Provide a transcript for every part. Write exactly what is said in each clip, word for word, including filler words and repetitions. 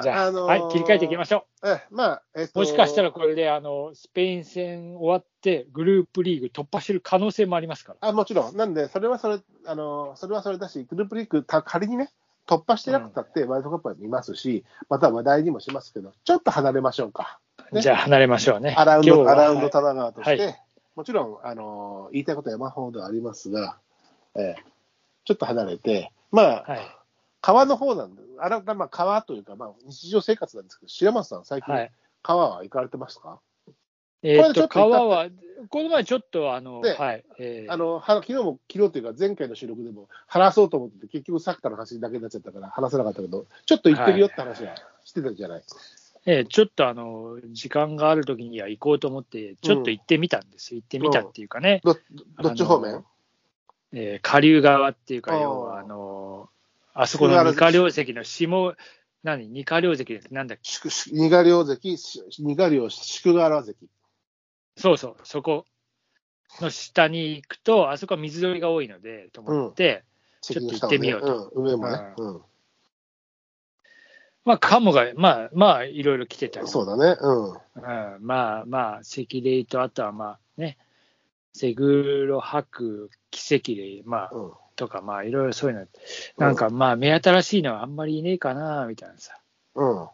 じゃあ、 あのー、 はい、切り替えていきましょう。え、まあ、えっと、 もしかしたらこれで、あの、スペイン戦終わって、グループリーグ突破してる可能性もありますから。 あ、もちろん。なんで、それはそれ、あのー、それはそれだし、グループリーグ、た仮にね、突破してなくたって、ワールドカップは見ますし、また話題にもしますけど、ちょっと離れましょうか。ね、 じゃあ、離れましょうね。 アラウンド、アラウンドはい、 棚川として、 はい、 もちろん、あのー、言いたいことは山ほどありますが、えー、ちょっと離れて、まあ、はい、川の方なんで、あらまあ、川というか、まあ、日常生活なんですけど、白松さん、最近、はい、川は行かれてますか？ えー、っと、川は、この前ちょっと、あの、はい。 えー、あの、昨日も、昨日というか、前回の収録でも話そうと思ってて、結局、サッカーの話だけになっちゃったから、話せなかったけど、ちょっと行ってるよって話はしてたじゃない。はい、 えー、ちょっと、あの、時間があるときには行こうと思って、ちょっと行ってみたんですよ。うん、行ってみたっていうかね。 うん、ど、どっち方面？ えー、下流側っていうか、要は、あの、あそこの二課領関の下、何二課領関です。なんだっけ。 二課領関、二課領宿河原関。 そうそう、そこの下に行くと、あそこは水鳥が多いので、と思って、うん、ちょっと行ってみようと。 うん、上もね。うん。 まあ、カモが、まあ、まあ、いろいろ来てたり。 そうだね。うん。 うん、まあ、まあ、赤霊と、あとはまあ、ね、セグロ白、奇跡霊、まあ、うん、とか、まあ、いろいろそういうの、なんか、まあ、目新しいのはあんまりいねえかな、みたいなさ、うん。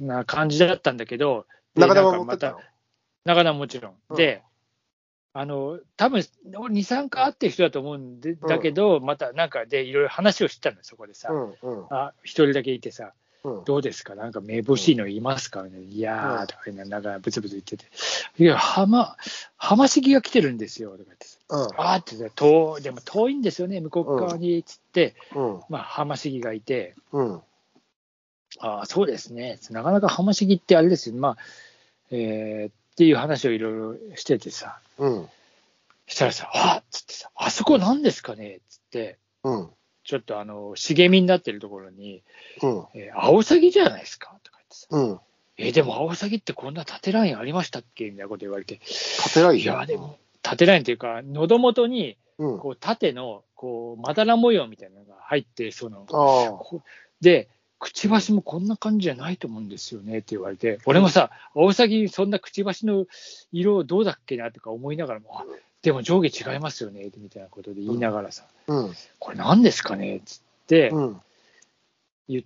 な感じだったんだけど、 中田も持ってたの？ 中田ももちろん。うん、で、あの、多分に、さんかい会ってる人だと思うんで、だけど、うん、またなんかでいろいろ話をしたんだよ、そこでさ。うんうん、あ、一人だけいてさ、うん、どうですか、なんかめぼしいのいますか、ね、うん、いやーとか言いながらブツブツ言ってて、いや、浜、浜茂が来てるんですよ、とか言ってさ、うん、あーって言って、遠、でも遠いんですよね、向こう側に、つって、うん、まあ、浜茂がいて、うん、ああ、そうですね、なかなか浜茂ってあれですよ、まあ、えー、っていう話をいろいろしててさ、うん、したらさ、あっつってさ、あそこ何ですかねっつって、うん、ちょっとあの、茂みになってるところに、うんえー、アオサギじゃないですかとか言ってさ、うん、えー、でもアオサギってこんな縦ラインありましたっけみたいなこと言われて、 縦ライン？ いや、でも、縦ラインっていうか、喉元に、こう、縦の、こう、まだら模様みたいなのが入って、その、で、くちばしもこんな感じじゃないと思うんですよねって言われて、俺もさ、アオサギそんなくちばしの色どうだっけなとか思いながらも、でも上下違いますよねみたいなことで言いながらさ、うん、これ何ですかねっつって言って、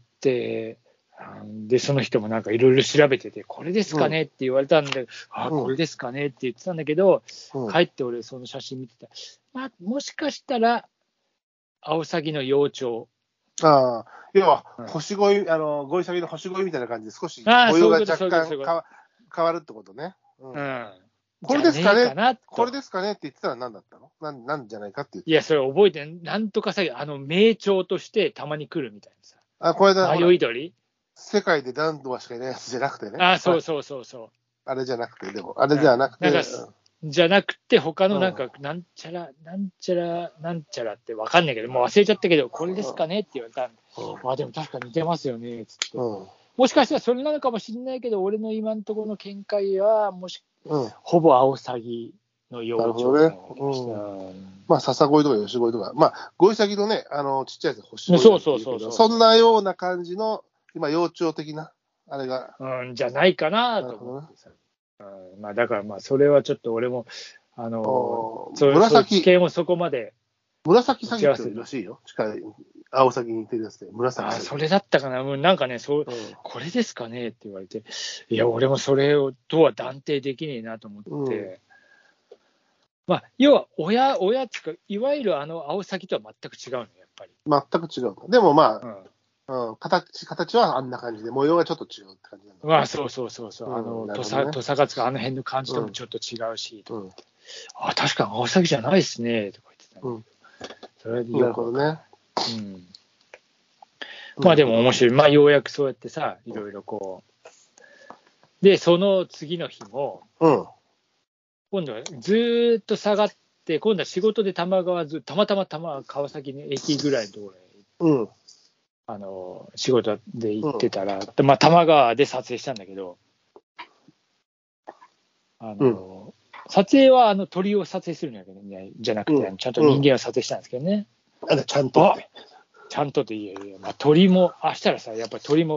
うん、で、その人もなんかいろいろ調べてて、これですかねって言われたんで、うん、あ、これですかねって言ってたんだけど、うん、帰って俺その写真見てた。まあ、もしかしたら、アオサギの幼鳥。 ああ、要は、星越あの、ゴイサギの星越みたいな感じで少し模様が若干変わるってことね。うん。うん、これですかねこれですかねって言ってたら何だったの？なん、なんじゃないかって言って。 いや、それ覚えてん、なんとかさ、あの、名鳥としてたまに来るみたいなさ。 あ、これだ。 迷い鳥？ 世界で何度はしかいないやつじゃなくてね。 あ、そうそうそうそう。 あれじゃなくて、でも、あれじゃなくて。 なんか、じゃなくて、他のなんか、なんちゃら、なんちゃら、なんちゃらってわかんないけど、もう忘れちゃったけど、これですかねって言われたんで、あ、でも確か似てますよね、つって。もしかしたらそれなのかもしれないけど、俺の今のところの見解は、もし、ほぼアオサギの幼鳥。 なるほどね。まあ、笹越とか吉越とか、まあ、ゴイサギのね、あの、ちっちゃいやつ、星越。 そうそうそうそう。 そんなような感じの、今、幼鳥的な、あれが。 うん、じゃないかなと思ってさ。うん、まあ、だからまあ、それはちょっと俺も、あの、そ紫。地形もそこまで。 紫サギってるらしいよ。近い、アオサギに似てるやつで、紫サギ。あ、それだったかな。もうなんかね、そう、うん、これですかねって言われて、いや、俺もそれをとは断定できねえなと思って。うん、まあ、要は、親、親っていうか、いわゆるあのアオサギとは全く違うの、やっぱり。 全く違う。でもまあ、うんうん、形、形はあんな感じで、模様がちょっと違うって感じなんだ、ね。 まあ、そうそうそうそう。うん、あの、土佐、土佐がつか、あの辺の感じともちょっと違うし、うんうん、あ、確かにアオサギじゃないですね、とか言ってた、ね。うん。それでなるほどね。 うん。まあでも面白い。まあ、ようやくそうやってさ、いろいろこう。で、その次の日も、うん、今度はずーっと下がって、今度は仕事で玉川ず、たまたま玉川崎の駅ぐらいのところに、うん、あの仕事で行ってたら、うん、まあ、多摩川で撮影したんだけど、あの、うん、撮影はあの鳥を撮影するんだけどね、じゃなくて、うん、ちゃんと人間を撮影したんですけどね。 うん、ちゃんとって。 ちゃんとっていいよいいよ。まあ、鳥も、あしたらさ、やっぱり鳥も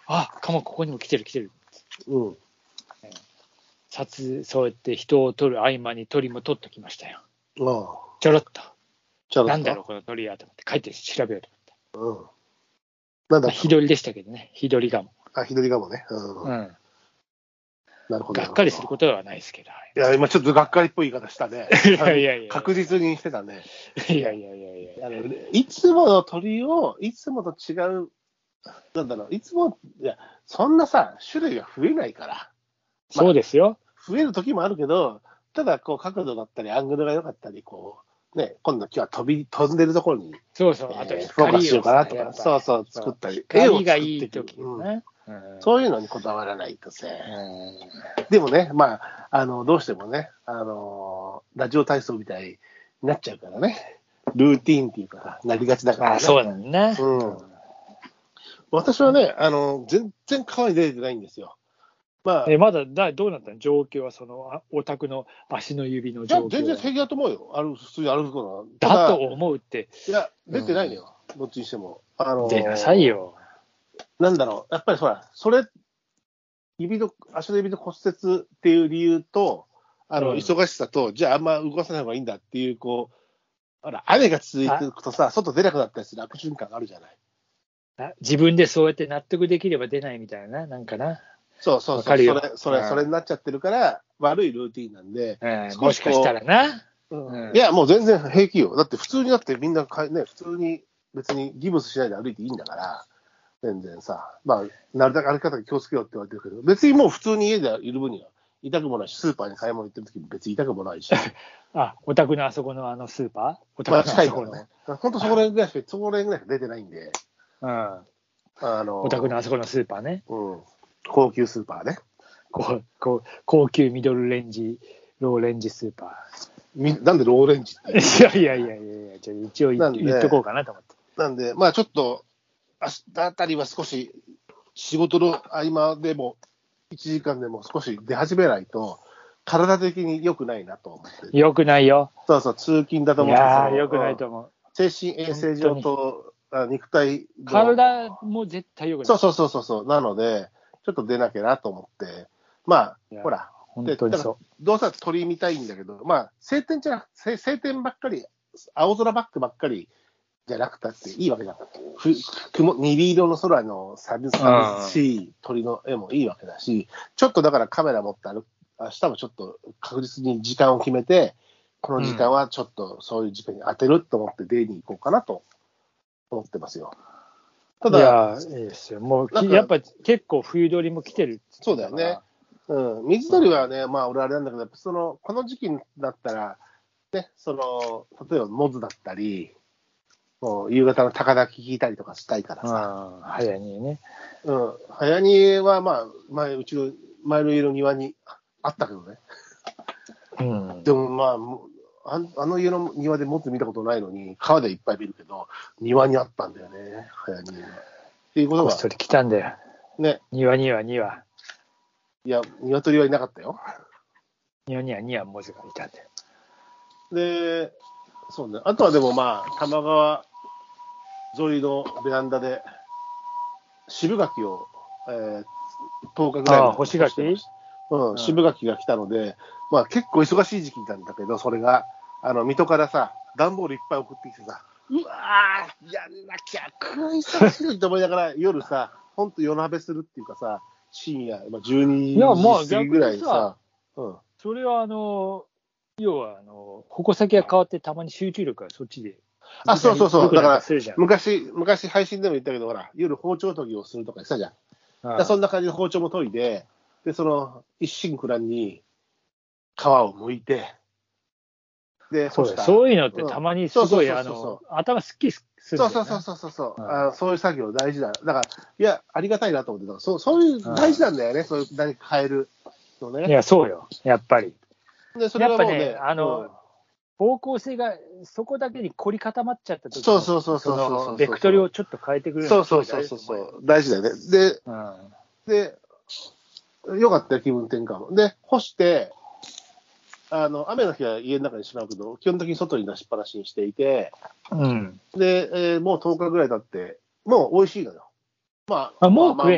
あ、カモここにも来てる来てる。 うん。 札、そうやって人を取る合間に鳥も取っときましたよ。 ああ。 ちょろっと。 ちょろっと。 なんだろう、この鳥はと思って、帰って調べようと思って。うん。なんだろう。 日取りでしたけどね、日取りガモ。 あ、日取りガモね。うん。うん、なるほど。 がっかりすることはないですけど。 いや、今ちょっとがっかりっぽい言い方したね。 いやいやいや。 確実にしてたね。 いやいやいやいや。 あのいつもの鳥を、いつもと違う、なんだろう、いつも、いや、そんなさ、種類が増えないから。まあ、 そうですよ。 増える時もあるけど、ただ、こう、角度だったり、アングルが良かったり、こう、ね、今度今日は飛び、飛んでるところに、 そうそう、あと、 フォーカスしようかなとか、そうそう、作ったり、 絵をがいい時ね、 うん、そういうのにこだわらないとさ、でもね、まあ、あの、どうしてもね、あの、ラジオ体操みたいになっちゃうからね、ルーティーンっていうか、なりがちだからね。 あ、そうなんだね。 うん。私はね、あの、全然川に出てないんですよ。 まあ、えまだだどうなったの状況は、そのお宅の足の指の状況は。 全然平気だと思うよ、歩普通に歩くのは。 だと思うって。 いや、出てないのよ、うん、どっちにしても。 あのー、出なさいよ。 なんだろう、やっぱりほら、それ、指の足の指の骨折っていう理由と、あの、うん、忙しさと、じゃああんま動かさない方がいいんだっていう、こう、ほら、雨が続いていくとさ、外出なくなったりする悪循環があるじゃない。 自分でそうやって納得できれば出ないみたいな、なんかな。 そうそうそう、それ、それ、それになっちゃってるから、悪いルーティーンなんで、 うん、もしかしたらな、 うん。いや、もう全然平気よ。だって普通にだってみんなか、ね、普通に別にギブスしないで歩いていいんだから、全然さ、まあ、なるだけ歩き方に気をつけようって言われてるけど、別にもう普通に家でいる分には痛くもないし、スーパーに買い物行ってる時も別に痛くもないし。 あ、お宅のあそこのあのスーパーお宅のあそこの。まあ、近いからね。本当そこら辺ぐらいしか、そこら辺ぐらいしか出てないんで。 うん。あの、お宅のあそこのスーパーね。 うん。高級スーパーね。 こう高級ミドルレンジ、ローレンジスーパー。なんでローレンジっていやいやいやいや、じゃあ一応言っとこうかなと思って。 なんで、まあちょっと、明日あたりは少し仕事の合間でも、いちじかんでも少し出始めないと、体的に良くないなと思って。 良くないよ。 そうそう、通勤だと思って。 いやー、良くないと思う。 精神衛生上と肉体体も絶対良くない。 そうそうそうそう、なので、ちょっと出なきゃなと思って、まあ、ほら、 本当にそう。 どうせ鳥見たいんだけど、まあ、晴天じゃなくて、晴天ばっかり、青空バックばっかりじゃなくたっていいわけだ。ふ雲鈍色の空の寂しい鳥の絵もいいわけだし、ちょっとだからカメラ持って歩く、明日もちょっと確実に時間を決めて、この時間はちょっとそういう時間に当てると思って出に行こうかなと思ってますよ。 ただ、いや、いいですよ。もう、やっぱ結構冬鳥も来てる。 そうだよね。うん。水鳥はね、まあ俺あれなんだけど、その、この時期だったら、ね、その、例えばモズだったり、もう夕方の高鳴き聞いたりとかしたいからさ。 早煮ね。 うん。早煮はまあ、前、うちの前の家の庭にあったけどね。うん。でもまあ、あ, あの家の庭でもっと見たことないのに、川でいっぱい見るけど、庭にあったんだよね、早煮は。っていうことが。 こっそり来たんだよ。 ね。 庭には庭。 いや、鶏はいなかったよ。 庭にはにはモズがいたんだよ。 で、そうね。あとはでもまあ、多摩川沿いのベランダで、渋柿を、えー、とおかぐらいああ、干し柿うん、渋柿が来たので、まあ結構忙しい時期なんだけど、それが、あの、水戸からさ、段ボールいっぱい送ってきてさ、うわー、やんなきゃ、食い忙しいと思いながら、夜さ、ほんと夜鍋するっていうかさ、深夜、まあ、じゅうにじ過ぎぐらいさ、 うん、それはあの、要はあの、矛先が変わってたまに集中力がそっちで。 あ、そうそうそう。だから、昔、昔配信でも言ったけど、ほら、夜包丁研ぎをするとか言ってたじゃん。ああそんな感じで包丁も研いで、で、その、一心不乱に皮を剥いて、で、 そうだ、そういうのってたまにすごい、あの、頭すっきりするんだよな。 そうそうそうそうそう、うん、あ。そういう作業大事だ。だから、いや、ありがたいなと思ってた。そう、そういう、大事なんだよね。うん、そういう何か変えるのね。 いや、そうよ。やっぱり。 で、それはもうね、 やっぱね、あの、うん、方向性がそこだけに凝り固まっちゃった時に、 そうそうそうそうそう。 ベクトルをちょっと変えてくれるそうそうそうそうそう。大事だよね。で、うん、で、よかったよ、気分転換も。で、干して、あの、雨の日は家の中にしまうけど、基本的に外に出しっぱなしにしていて、うん、で、えー、もうとおかぐらい経って、もう美味しいのよ。 まあ、あもう食えんの、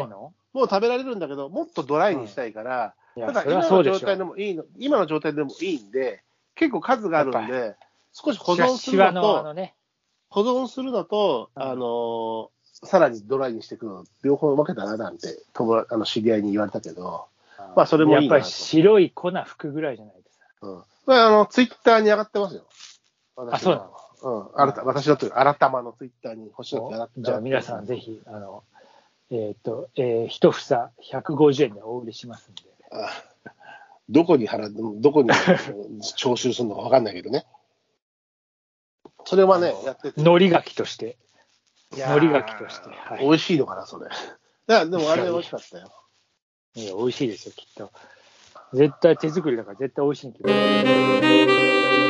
もう食べられるんだけど、もっとドライにしたいから、うん、ただ今の状態でもいいの、今の状態でもいいんで、結構数があるんで、少し保存するのと、のね、保存するのと、あのー、さらにドライにしていくの、両方分けたらなんて、友あの知り合いに言われたけど、あまあそれもいいなと。 やっぱり白い粉吹くぐらいじゃないですか。 うん。これあの、ツイッターに上がってますよ。 あ、そうなの。 うん。あらた、私だと、あらたまのツイッターに星野って上がってます。 じゃあ皆さんぜひ、あの、えっ、ー、と、えー、一房ひゃくごじゅうえんでお売りしますんで。 あどこに払う、どこに徴収するのか分かんないけどね。それはね、やってて。 海苔柿として。海苔柿として。 はい、美味しいのかな、それ。いや、でもあれ美味しかったよ。 いや、美味しいですよ、きっと。絶対手作りだから絶対美味しいんだけど。